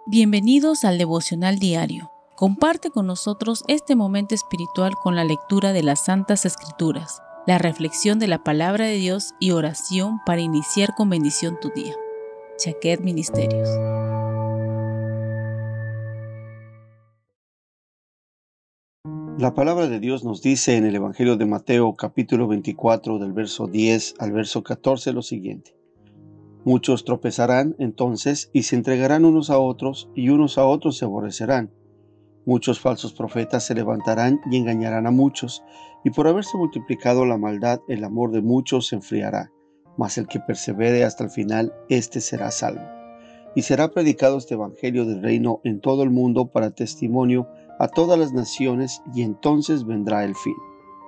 Bienvenidos al Devocional Diario. Comparte con nosotros este momento espiritual con la lectura de las Santas Escrituras, la reflexión de la Palabra de Dios y oración para iniciar con bendición tu día. Chaquet Ministerios. La palabra de Dios nos dice en el Evangelio de Mateo, capítulo 24, del verso 10 al verso 14, lo siguiente. Muchos tropezarán entonces y se entregarán unos a otros, y unos a otros se aborrecerán. Muchos falsos profetas se levantarán y engañarán a muchos, y por haberse multiplicado la maldad, el amor de muchos se enfriará. Mas el que persevere hasta el final, éste será salvo. Y será predicado este evangelio del reino en todo el mundo para testimonio a todas las naciones, y entonces vendrá el fin.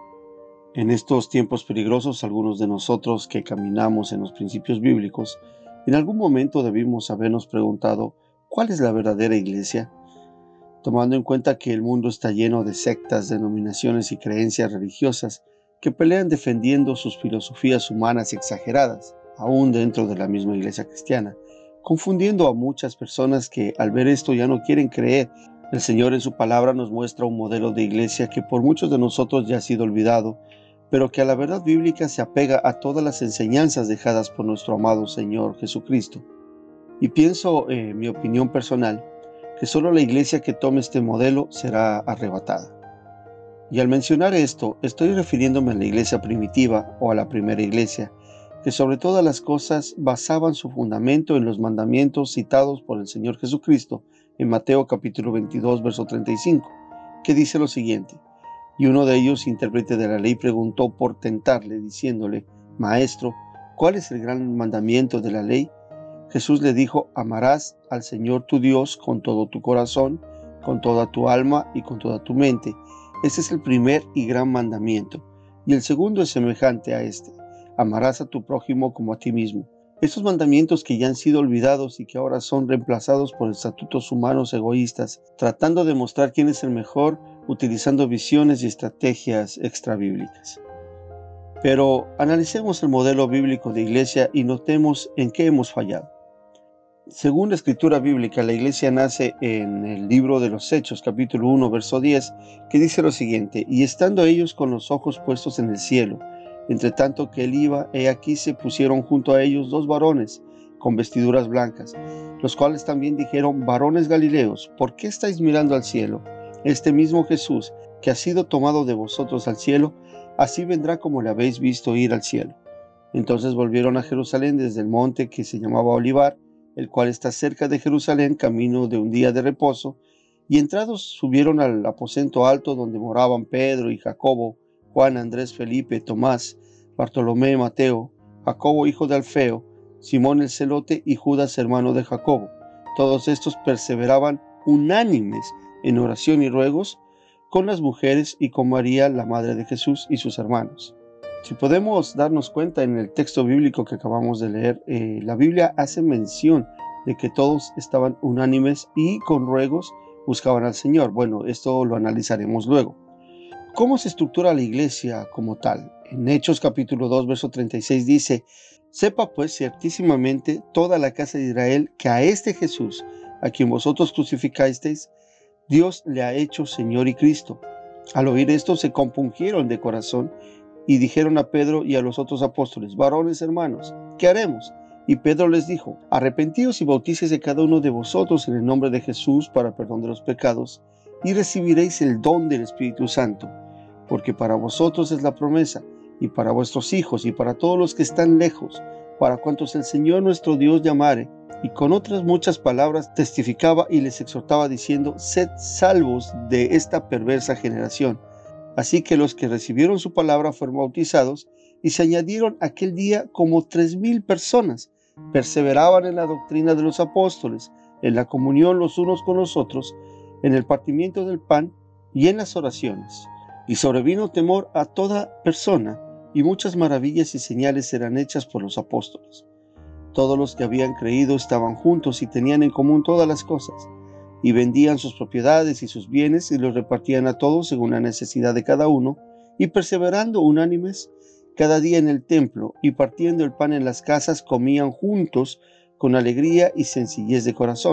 En estos tiempos peligrosos, algunos de nosotros que caminamos en los principios bíblicos, en algún momento debimos habernos preguntado, ¿cuál es la verdadera iglesia? Tomando en cuenta que el mundo está lleno de sectas, denominaciones y creencias religiosas que pelean defendiendo sus filosofías humanas exageradas, aún dentro de la misma iglesia cristiana, confundiendo a muchas personas que al ver esto ya no quieren creer. El Señor en su palabra nos muestra un modelo de iglesia que por muchos de nosotros ya ha sido olvidado, pero que a la verdad bíblica se apega a todas las enseñanzas dejadas por nuestro amado Señor Jesucristo. Y pienso, en mi opinión personal, que solo la iglesia que tome este modelo será arrebatada. Y al mencionar esto, estoy refiriéndome a la iglesia primitiva o a la primera iglesia, que sobre todas las cosas basaban su fundamento en los mandamientos citados por el Señor Jesucristo en Mateo capítulo 22, verso 35, que dice lo siguiente. Y uno de ellos, intérprete de la ley, preguntó por tentarle, diciéndole, Maestro, ¿cuál es el gran mandamiento de la ley? Jesús le dijo, amarás al Señor tu Dios con todo tu corazón, con toda tu alma y con toda tu mente. Ese es el primer y gran mandamiento. Y el segundo es semejante a este, amarás a tu prójimo como a ti mismo. Estos mandamientos que ya han sido olvidados y que ahora son reemplazados por estatutos humanos egoístas, tratando de mostrar quién es el mejor, utilizando visiones y estrategias extrabíblicas. Pero analicemos el modelo bíblico de iglesia y notemos en qué hemos fallado. Según la escritura bíblica, la iglesia nace en el libro de los Hechos, capítulo 1, verso 10, que dice lo siguiente, y estando ellos con los ojos puestos en el cielo, entre tanto que él iba, he aquí se pusieron junto a ellos dos varones con vestiduras blancas, los cuales también dijeron, varones galileos, ¿por qué estáis mirando al cielo? Este mismo Jesús, que ha sido tomado de vosotros al cielo, así vendrá como le habéis visto ir al cielo. Entonces volvieron a Jerusalén desde el monte que se llamaba Olivar, el cual está cerca de Jerusalén, camino de un día de reposo, y entrados subieron al aposento alto donde moraban Pedro y Jacobo, Juan, Andrés, Felipe, Tomás, Bartolomé, Mateo, Jacobo hijo de Alfeo, Simón el celote y Judas hermano de Jacobo. Todos estos perseveraban unánimes en oración y ruegos con las mujeres y con María, la madre de Jesús, y sus hermanos. Si podemos darnos cuenta en el texto bíblico que acabamos de leer, la Biblia hace mención de que todos estaban unánimes y con ruegos buscaban al Señor. Bueno, esto lo analizaremos luego. ¿Cómo se estructura la iglesia como tal? En Hechos capítulo 2, verso 36 dice, sepa pues ciertísimamente toda la casa de Israel que a este Jesús, a quien vosotros crucificasteis, Dios le ha hecho Señor y Cristo. Al oír esto se compungieron de corazón y dijeron a Pedro y a los otros apóstoles, varones hermanos, ¿qué haremos? Y Pedro les dijo, arrepentíos y bautícese cada uno de vosotros en el nombre de Jesús para perdón de los pecados, y recibiréis el don del Espíritu Santo, porque para vosotros es la promesa, y para vuestros hijos, y para todos los que están lejos, para cuantos el Señor nuestro Dios llamare. Y con otras muchas palabras testificaba y les exhortaba diciendo, sed salvos de esta perversa generación. Así que los que recibieron su palabra fueron bautizados, y se añadieron aquel día como 3,000 personas. Perseveraban en la doctrina de los apóstoles, en la comunión los unos con los otros, en el partimiento del pan y en las oraciones. Y sobrevino temor a toda persona, y muchas maravillas y señales eran hechas por los apóstoles. Todos los que habían creído estaban juntos y tenían en común todas las cosas, y vendían sus propiedades y sus bienes y los repartían a todos según la necesidad de cada uno, y perseverando unánimes cada día en el templo y partiendo el pan en las casas, comían juntos con alegría y sencillez de corazón,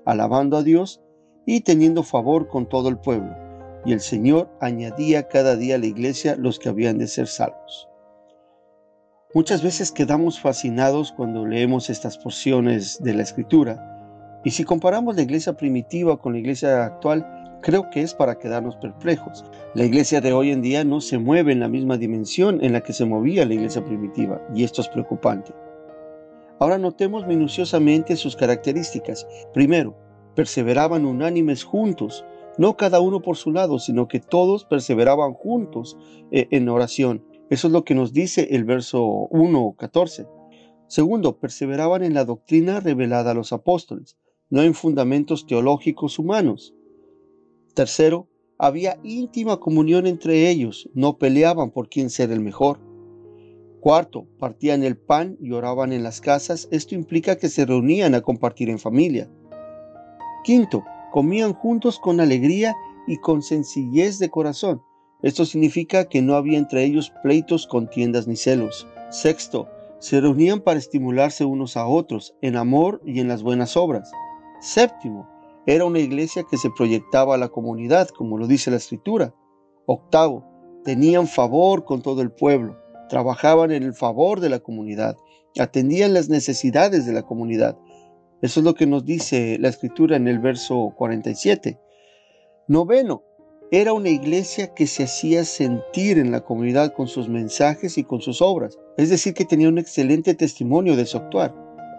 alabando a Dios y teniendo favor con todo el pueblo. Y el Señor añadía cada día a la iglesia los que habían de ser salvos. Muchas veces quedamos fascinados cuando leemos estas porciones de la Escritura, y si comparamos la iglesia primitiva con la iglesia actual, creo que es para quedarnos perplejos. La iglesia de hoy en día no se mueve en la misma dimensión en la que se movía la iglesia primitiva, y esto es preocupante. Ahora notemos minuciosamente sus características. Primero, perseveraban unánimes juntos, no cada uno por su lado, sino que todos perseveraban juntos en oración. Eso es lo que nos dice el verso 1:14. Segundo, perseveraban en la doctrina revelada a los apóstoles, no en fundamentos teológicos humanos. Tercero, había íntima comunión entre ellos, no peleaban por quién ser el mejor. Cuarto, partían el pan y oraban en las casas. Esto implica que se reunían a compartir en familia. Quinto, comían juntos con alegría y con sencillez de corazón. Esto significa que no había entre ellos pleitos, contiendas ni celos. Sexto, se reunían para estimularse unos a otros en amor y en las buenas obras. Séptimo, era una iglesia que se proyectaba a la comunidad, como lo dice la Escritura. Octavo, tenían favor con todo el pueblo, trabajaban en el favor de la comunidad, atendían las necesidades de la comunidad. Eso es lo que nos dice la Escritura en el verso 47. Noveno, era una iglesia que se hacía sentir en la comunidad con sus mensajes y con sus obras. Es decir, que tenía un excelente testimonio de su actuar.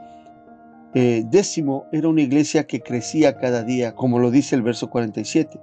Décimo, era una iglesia que crecía cada día, como lo dice el verso 47.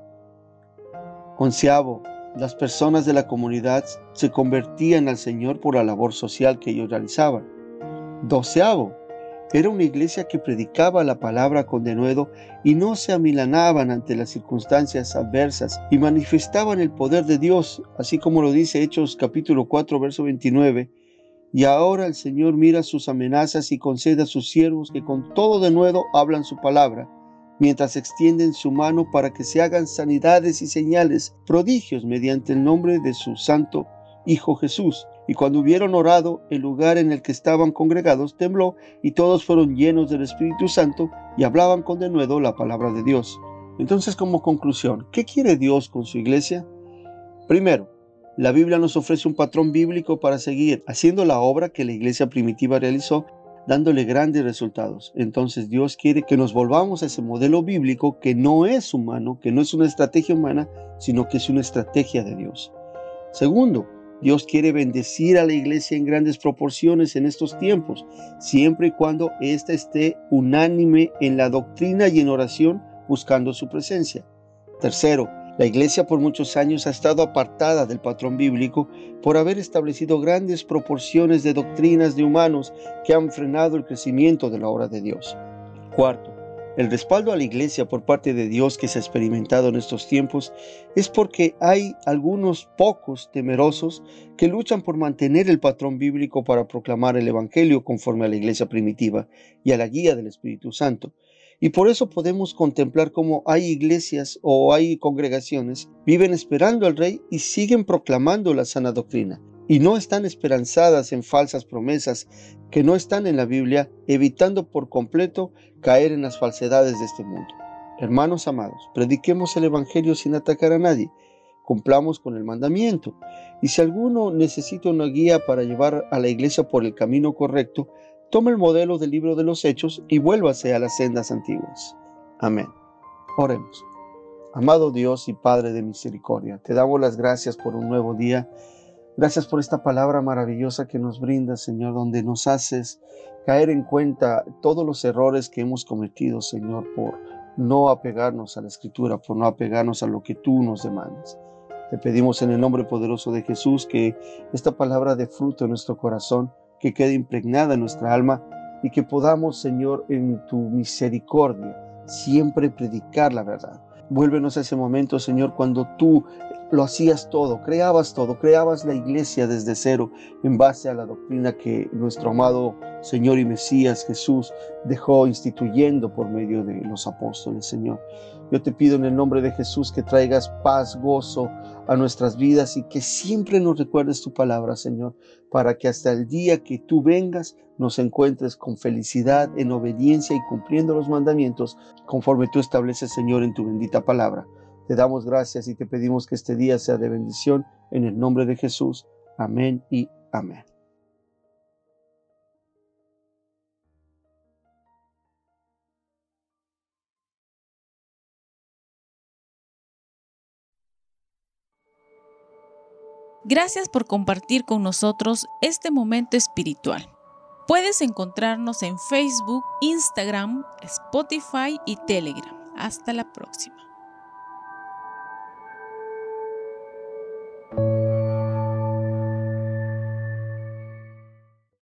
Onceavo, las personas de la comunidad se convertían al Señor por la labor social que ellos realizaban. Doceavo, era una iglesia que predicaba la palabra con denuedo y no se amilanaban ante las circunstancias adversas y manifestaban el poder de Dios, así como lo dice Hechos capítulo 4, verso 29. Y ahora el Señor mira sus amenazas y concede a sus siervos que con todo denuedo hablan su palabra, mientras extienden su mano para que se hagan sanidades y señales, prodigios mediante el nombre de su santo Hijo Jesús. Y cuando hubieron orado, el lugar en el que estaban congregados tembló, y todos fueron llenos del Espíritu Santo y hablaban con denuedo la palabra de Dios. Entonces, como conclusión, ¿qué quiere Dios con su iglesia? Primero, la Biblia nos ofrece un patrón bíblico para seguir haciendo la obra que la iglesia primitiva realizó, dándole grandes resultados. Entonces Dios quiere que nos volvamos a ese modelo bíblico que no es humano, que no es una estrategia humana, sino que es una estrategia de Dios. Segundo, Dios quiere bendecir a la iglesia en grandes proporciones en estos tiempos, siempre y cuando ésta esté unánime en la doctrina y en oración, buscando su presencia. Tercero, la iglesia por muchos años ha estado apartada del patrón bíblico por haber establecido grandes proporciones de doctrinas de humanos que han frenado el crecimiento de la obra de Dios. Cuarto, el respaldo a la iglesia por parte de Dios que se ha experimentado en estos tiempos es porque hay algunos pocos temerosos que luchan por mantener el patrón bíblico para proclamar el evangelio conforme a la iglesia primitiva y a la guía del Espíritu Santo. Y por eso podemos contemplar cómo hay iglesias o hay congregaciones viven esperando al Rey y siguen proclamando la sana doctrina. Y no están esperanzadas en falsas promesas que no están en la Biblia, evitando por completo caer en las falsedades de este mundo. Hermanos amados, prediquemos el Evangelio sin atacar a nadie. Cumplamos con el mandamiento. Y si alguno necesita una guía para llevar a la iglesia por el camino correcto, tome el modelo del libro de los Hechos y vuélvase a las sendas antiguas. Amén. Oremos. Amado Dios y Padre de misericordia, te damos las gracias por un nuevo día. Gracias por esta palabra maravillosa que nos brinda, Señor, donde nos haces caer en cuenta todos los errores que hemos cometido, Señor, por no apegarnos a la Escritura, por no apegarnos a lo que tú nos demandas. Te pedimos en el nombre poderoso de Jesús que esta palabra dé fruto en nuestro corazón, que quede impregnada en nuestra alma y que podamos, Señor, en tu misericordia, siempre predicar la verdad. Vuélvenos a ese momento, Señor, cuando tú lo hacías todo, creabas la iglesia desde cero en base a la doctrina que nuestro amado Señor y Mesías Jesús dejó instituyendo por medio de los apóstoles, Señor. Yo te pido en el nombre de Jesús que traigas paz, gozo a nuestras vidas y que siempre nos recuerdes tu palabra, Señor, para que hasta el día que tú vengas nos encuentres con felicidad, en obediencia y cumpliendo los mandamientos conforme tú estableces, Señor, en tu bendita palabra. Te damos gracias y te pedimos que este día sea de bendición en el nombre de Jesús. Amén y amén. Gracias por compartir con nosotros este momento espiritual. Puedes encontrarnos en Facebook, Instagram, Spotify y Telegram. Hasta la próxima.